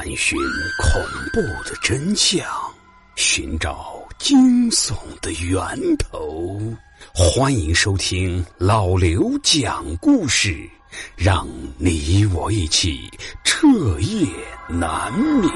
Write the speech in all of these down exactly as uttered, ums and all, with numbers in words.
寻恐怖的真相，寻找惊悚的源头。欢迎收听老刘讲故事，让你我一起彻夜难眠。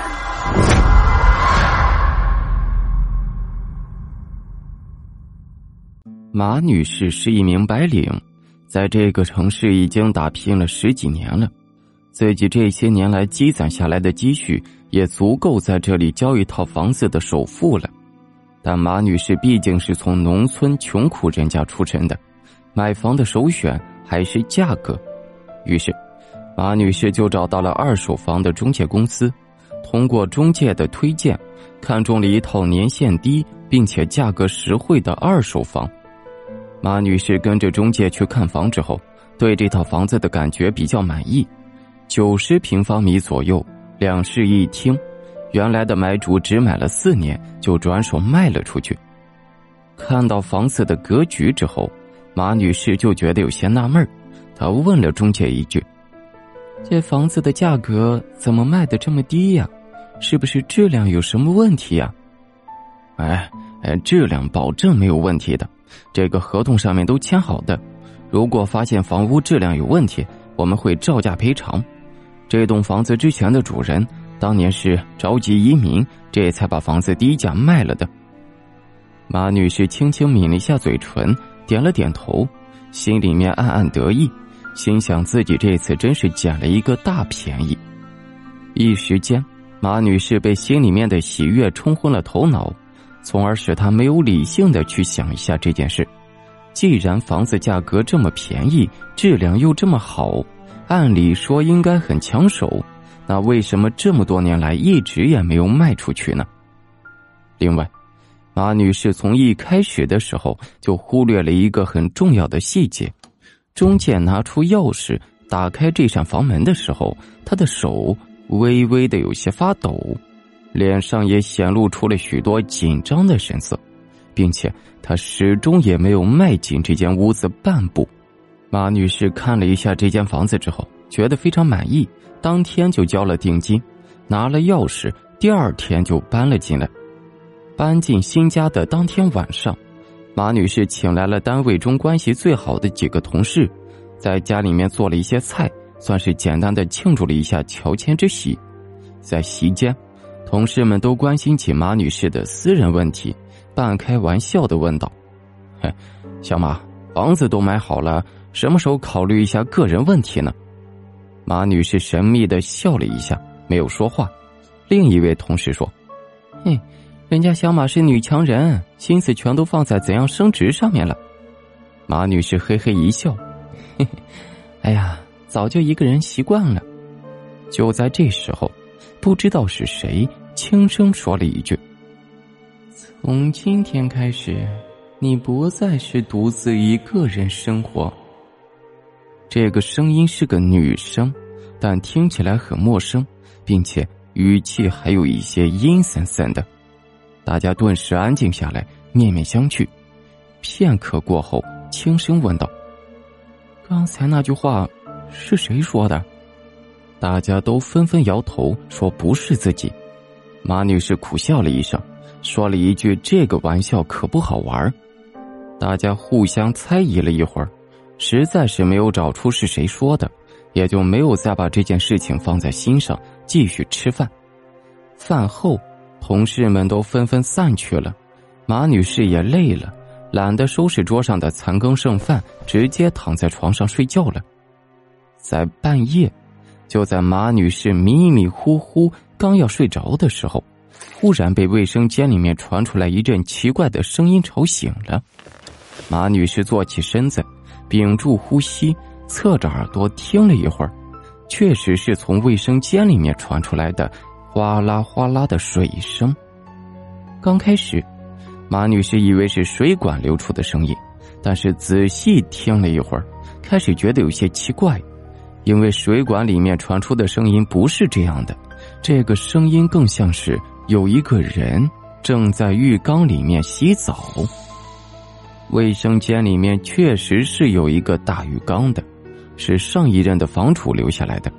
马女士是一名白领，在这个城市已经打拼了十几年了，自己这些年来积攒下来的积蓄也足够在这里交一套房子的首付了。但马女士毕竟是从农村穷苦人家出身的，买房的首选还是价格。于是马女士就找到了二手房的中介公司，通过中介的推荐，看中了一套年限低并且价格实惠的二手房。马女士跟着中介去看房之后，对这套房子的感觉比较满意，九十平方米左右，两室一厅，原来的买主只买了四年就转手卖了出去。看到房子的格局之后，马女士就觉得有些纳闷，她问了中介一句：这房子的价格怎么卖得这么低呀？是不是质量有什么问题呀？哎哎，质量保证没有问题的，这个合同上面都签好的，如果发现房屋质量有问题，我们会照价赔偿。这栋房子之前的主人当年是着急移民，这才把房子低价卖了的。马女士轻轻抿了一下嘴唇，点了点头，心里面暗暗得意，心想自己这次真是捡了一个大便宜。一时间马女士被心里面的喜悦冲昏了头脑，从而使她没有理性的去想一下这件事。既然房子价格这么便宜，质量又这么好，按理说应该很抢手，那为什么这么多年来一直也没有卖出去呢？另外，马女士从一开始的时候就忽略了一个很重要的细节，中介拿出钥匙打开这扇房门的时候，她的手微微的有些发抖，脸上也显露出了许多紧张的神色，并且她始终也没有迈进这间屋子半步。马女士看了一下这间房子之后，觉得非常满意，当天就交了定金，拿了钥匙，第二天就搬了进来。搬进新家的当天晚上，马女士请来了单位中关系最好的几个同事，在家里面做了一些菜，算是简单的庆祝了一下乔迁之喜。在席间，同事们都关心起马女士的私人问题，半开玩笑的问道：嘿，小马，房子都买好了，什么时候考虑一下个人问题呢？马女士神秘的笑了一下，没有说话。另一位同事说：嘿，人家小马是女强人，心思全都放在怎样升职上面了。马女士嘿嘿一笑，嘿嘿，哎呀，早就一个人习惯了。就在这时候，不知道是谁轻声说了一句：从今天开始，你不再是独自一个人生活。这个声音是个女生，但听起来很陌生，并且语气还有一些阴森森的。大家顿时安静下来，面面相觑。片刻过后，轻声问道：刚才那句话是谁说的？大家都纷纷摇头，说不是自己。马女士苦笑了一声，说了一句：这个玩笑可不好玩。大家互相猜疑了一会儿，实在是没有找出是谁说的，也就没有再把这件事情放在心上，继续吃饭。饭后同事们都纷纷散去了，马女士也累了，懒得收拾桌上的残羹剩饭，直接躺在床上睡觉了。在半夜，就在马女士迷迷糊糊刚要睡着的时候，忽然被卫生间里面传出来一阵奇怪的声音吵醒了。马女士坐起身子，屏住呼吸，侧着耳朵听了一会儿，确实是从卫生间里面传出来的哗啦哗啦的水声。刚开始马女士以为是水管流出的声音，但是仔细听了一会儿，开始觉得有些奇怪，因为水管里面传出的声音不是这样的，这个声音更像是有一个人正在浴缸里面洗澡。卫生间里面确实是有一个大浴缸的，是上一任的房主留下来的，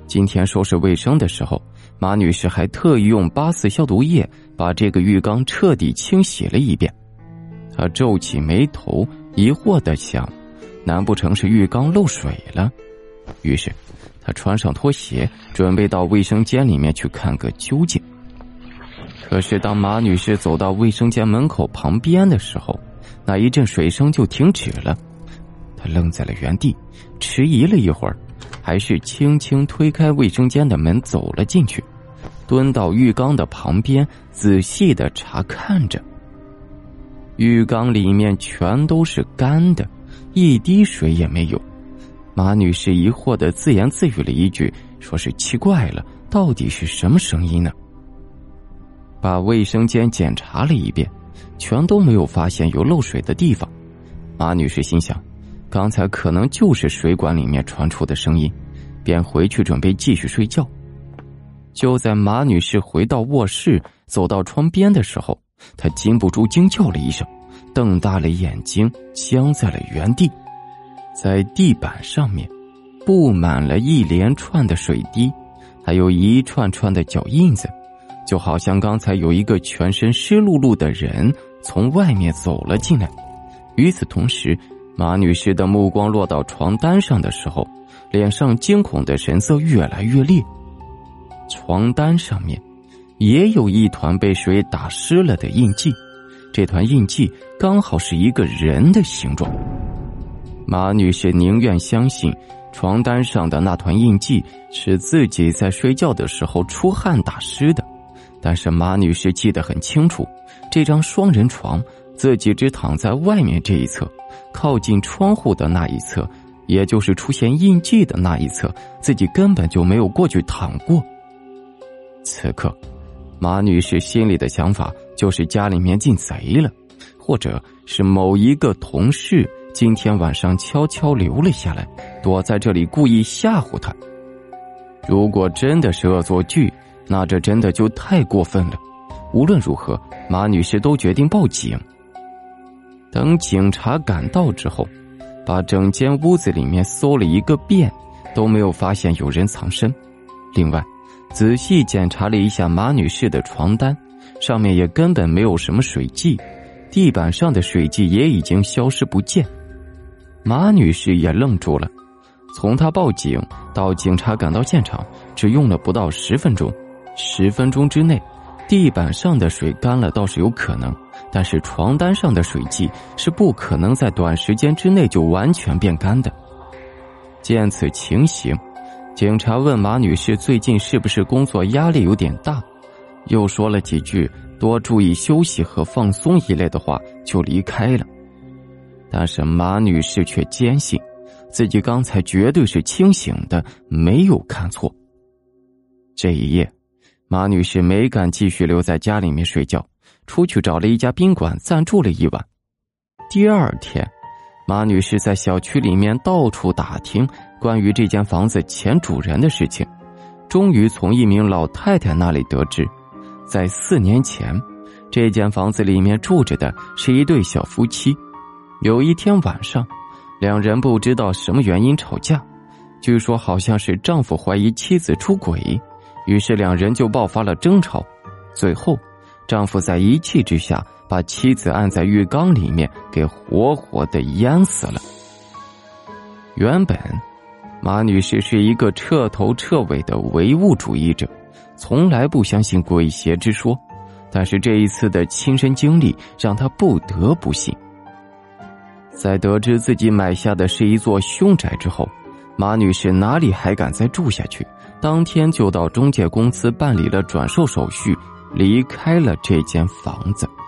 今天收拾卫生的时候，马女士还特意用八四消毒液把这个浴缸彻底清洗了一遍。她皱起眉头，疑惑地想，难不成是浴缸漏水了？于是她穿上拖鞋，准备到卫生间里面去看个究竟。可是当马女士走到卫生间门口旁边的时候，那一阵水声就停止了。她愣在了原地，迟疑了一会儿，还是轻轻推开卫生间的门走了进去，蹲到浴缸的旁边，仔细地查看着。浴缸里面全都是干的，一滴水也没有。马女士疑惑地自言自语了一句，说是奇怪了，到底是什么声音呢？把卫生间检查了一遍，全都没有发现有漏水的地方。马女士心想，刚才可能就是水管里面传出的声音，便回去准备继续睡觉。就在马女士回到卧室，走到窗边的时候，她禁不住惊叫了一声，瞪大了眼睛，僵在了原地。在地板上面布满了一连串的水滴，还有一串串的脚印子，就好像刚才有一个全身湿漉漉的人从外面走了进来。与此同时，马女士的目光落到床单上的时候，脸上惊恐的神色越来越烈。床单上面也有一团被水打湿了的印记，这团印记刚好是一个人的形状。马女士宁愿相信床单上的那团印记是自己在睡觉的时候出汗打湿的，但是马女士记得很清楚，这张双人床自己只躺在外面这一侧，靠近窗户的那一侧，也就是出现印记的那一侧，自己根本就没有过去躺过。此刻马女士心里的想法就是家里面进贼了，或者是某一个同事今天晚上悄悄留了下来，躲在这里故意吓唬她。如果真的是恶作剧，那这真的就太过分了。无论如何，马女士都决定报警。等警察赶到之后，把整间屋子里面搜了一个遍，都没有发现有人藏身。另外仔细检查了一下马女士的床单，上面也根本没有什么水迹，地板上的水迹也已经消失不见。马女士也愣住了，从她报警到警察赶到现场只用了不到十分钟。十分钟之内，地板上的水干了倒是有可能，但是床单上的水迹是不可能在短时间之内就完全变干的。见此情形，警察问马女士最近是不是工作压力有点大，又说了几句多注意休息和放松一类的话，就离开了。但是马女士却坚信自己刚才绝对是清醒的，没有看错。这一夜，马女士没敢继续留在家里面睡觉，出去找了一家宾馆暂住了一晚。第二天，马女士在小区里面到处打听关于这间房子前主人的事情，终于从一名老太太那里得知，在四年前，这间房子里面住着的是一对小夫妻。有一天晚上，两人不知道什么原因吵架，据说好像是丈夫怀疑妻子出轨，于是两人就爆发了争吵。最后丈夫在一气之下把妻子按在浴缸里面给活活的淹死了。原本马女士是一个彻头彻尾的唯物主义者，从来不相信鬼邪之说，但是这一次的亲身经历让她不得不信。在得知自己买下的是一座凶宅之后，马女士哪里还敢再住下去，当天就到中介公司办理了转售手续，离开了这间房子。